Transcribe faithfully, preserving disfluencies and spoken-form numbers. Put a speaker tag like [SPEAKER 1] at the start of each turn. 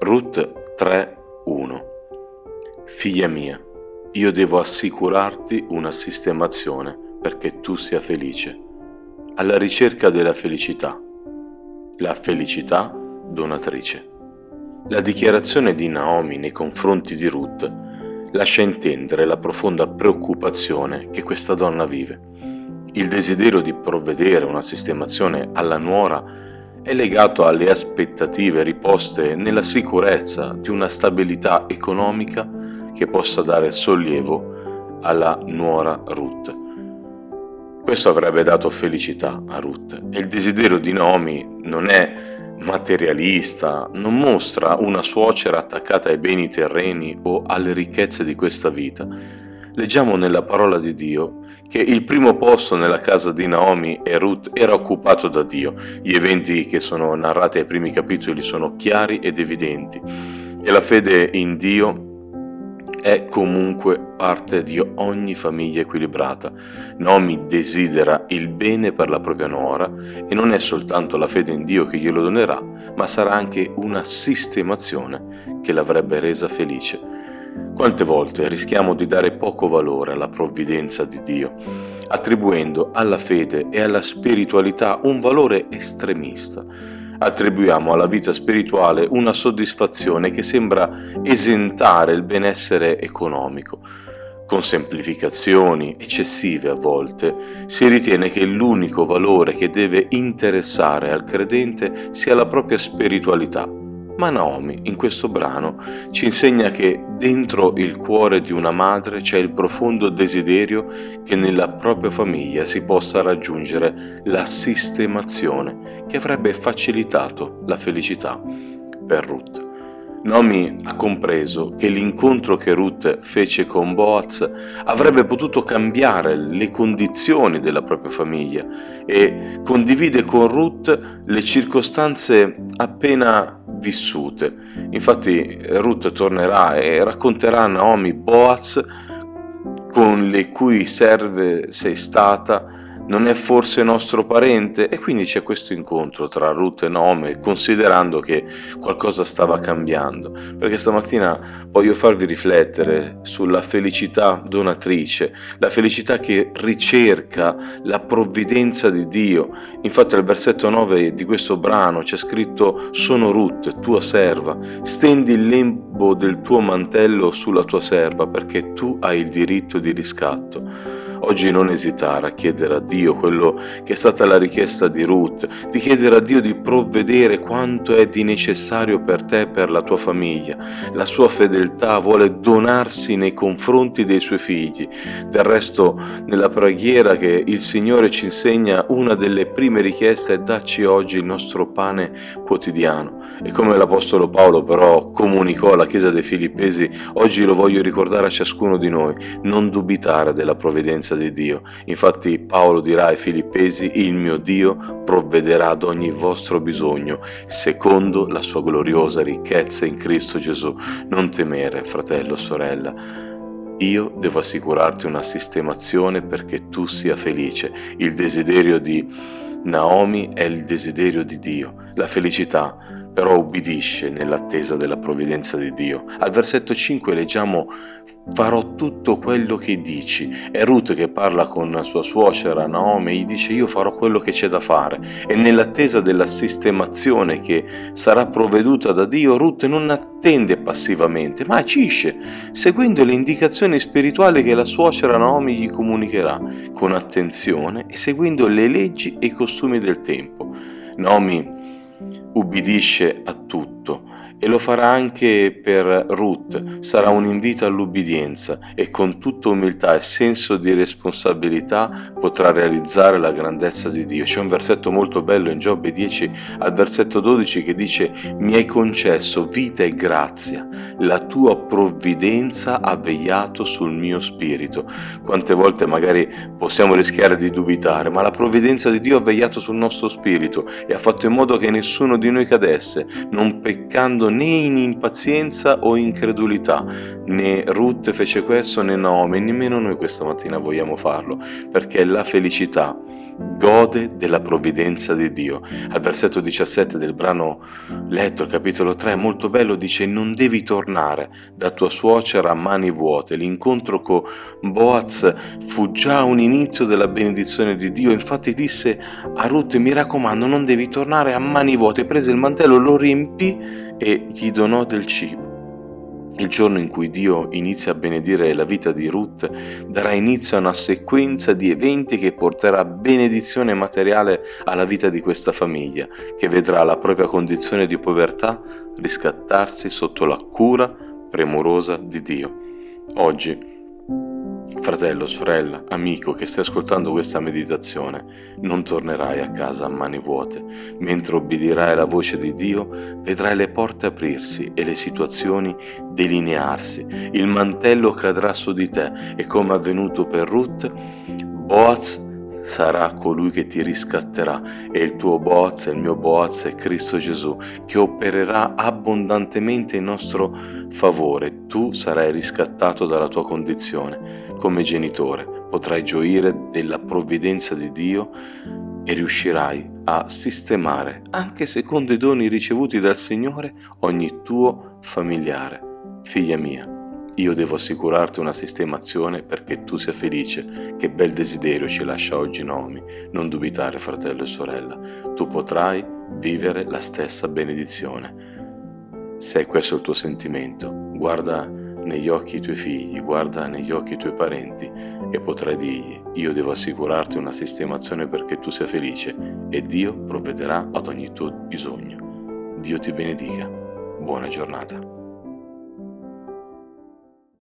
[SPEAKER 1] Rut tre uno. Figlia mia, io devo assicurarti una sistemazione perché tu sia felice, alla ricerca della felicità, la felicità donatrice. La dichiarazione di Naomi nei confronti di Rut lascia intendere la profonda preoccupazione che questa donna vive. Il desiderio di provvedere una sistemazione alla nuora è legato alle aspettative riposte nella sicurezza di una stabilità economica che possa dare sollievo alla nuora Rut. Questo avrebbe dato felicità a Rut e il desiderio di Naomi non è materialista, non mostra una suocera attaccata ai beni terreni o alle ricchezze di questa vita. Leggiamo nella parola di Dio che il primo posto nella casa di Naomi e Rut era occupato da Dio. Gli eventi che sono narrati ai primi capitoli sono chiari ed evidenti e la fede in Dio è comunque parte di ogni famiglia equilibrata. Naomi desidera il bene per la propria nuora e non è soltanto la fede in Dio che glielo donerà, ma sarà anche una sistemazione che l'avrebbe resa felice. Quante volte rischiamo di dare poco valore alla provvidenza di Dio, attribuendo alla fede e alla spiritualità un valore estremista. Attribuiamo alla vita spirituale una soddisfazione che sembra esentare il benessere economico. Con semplificazioni eccessive a volte si ritiene che l'unico valore che deve interessare al credente sia la propria spiritualità. Ma Naomi in questo brano ci insegna che dentro il cuore di una madre c'è il profondo desiderio che nella propria famiglia si possa raggiungere la sistemazione che avrebbe facilitato la felicità per Rut. Naomi ha compreso che l'incontro che Rut fece con Boaz avrebbe potuto cambiare le condizioni della propria famiglia e condivide con Rut le circostanze appena vissute. Infatti Rut tornerà e racconterà a Naomi Boaz, con le cui serve sei stata, non è forse nostro parente? E quindi c'è questo incontro tra Rut e Naomi, considerando che qualcosa stava cambiando, perché stamattina voglio farvi riflettere sulla felicità donatrice, la felicità che ricerca la provvidenza di Dio. Infatti al versetto nove di questo brano c'è scritto: sono Rut, tua serva, stendi il lembo del tuo mantello sulla tua serva, perché tu hai il diritto di riscatto. Oggi non esitare a chiedere a Dio quello che è stata la richiesta di Rut, di chiedere a Dio di provvedere quanto è di necessario per te e per la tua famiglia. La sua fedeltà vuole donarsi nei confronti dei suoi figli. Del resto, nella preghiera che il Signore ci insegna, una delle prime richieste è: dacci oggi il nostro pane quotidiano. E come l'Apostolo Paolo però comunicò alla Chiesa dei Filippesi, oggi lo voglio ricordare a ciascuno di noi: non dubitare della provvidenza di Dio. Infatti Paolo dirà ai Filippesi: il mio Dio provvederà ad ogni vostro bisogno secondo la sua gloriosa ricchezza in Cristo Gesù. Non temere, fratello, sorella. Io devo assicurarti una sistemazione perché tu sia felice. Il desiderio di Naomi è il desiderio di Dio. La felicità però ubbidisce nell'attesa della provvidenza di Dio. Al versetto cinque leggiamo: farò tutto quello che dici. È Rut che parla con sua suocera Naomi e gli dice: io farò quello che c'è da fare. E nell'attesa della sistemazione che sarà provveduta da Dio, Rut non attende passivamente, ma agisce, seguendo le indicazioni spirituali che la suocera Naomi gli comunicherà, con attenzione e seguendo le leggi e i costumi del tempo. Naomi ubbidisce a tutto e lo farà anche per Rut. Sarà un invito all'ubbidienza e con tutta umiltà e senso di responsabilità potrà realizzare la grandezza di Dio. C'è un versetto molto bello in Giobbe dieci al versetto dodici che dice: mi hai concesso vita e grazia, la tua provvidenza ha vegliato sul mio spirito. Quante volte magari possiamo rischiare di dubitare, ma la provvidenza di Dio ha vegliato sul nostro spirito e ha fatto in modo che nessuno di noi cadesse, non peccando né in impazienza o incredulità. Né Ruth fece questo né Naomi, nemmeno noi questa mattina vogliamo farlo, perché la felicità gode della provvidenza di Dio. Al versetto diciassette del brano letto, il capitolo tre, molto bello, dice: non devi tornare da tua suocera a mani vuote. L'incontro con Boaz fu già un inizio della benedizione di Dio. Infatti disse a Ruth: mi raccomando, non devi tornare a mani vuote. Prese il mantello, lo riempì e gli donò del cibo. Il giorno in cui Dio inizia a benedire la vita di Ruth darà inizio a una sequenza di eventi che porterà benedizione materiale alla vita di questa famiglia, che vedrà la propria condizione di povertà riscattarsi sotto la cura premurosa di Dio. Oggi, fratello, sorella, amico che stai ascoltando questa meditazione, non tornerai a casa a mani vuote. Mentre obbedirai alla voce di Dio, vedrai le porte aprirsi e le situazioni delinearsi. Il mantello cadrà su di te e, come è avvenuto per Ruth, Boaz sarà colui che ti riscatterà, e il tuo Boaz, il mio Boaz, è Cristo Gesù, che opererà abbondantemente in nostro favore. Tu sarai riscattato dalla tua condizione. Come genitore potrai gioire della provvidenza di Dio e riuscirai a sistemare, anche secondo i doni ricevuti dal Signore, ogni tuo familiare. Figlia mia, io devo assicurarti una sistemazione perché tu sia felice. Che bel desiderio ci lascia oggi Naomi. Non dubitare, fratello e sorella, tu potrai vivere la stessa benedizione. Se questo è il tuo sentimento, guarda negli occhi i tuoi figli, guarda negli occhi i tuoi parenti e potrai dirgli: io devo assicurarti una sistemazione perché tu sia felice, e Dio provvederà ad ogni tuo bisogno. Dio ti benedica. Buona giornata.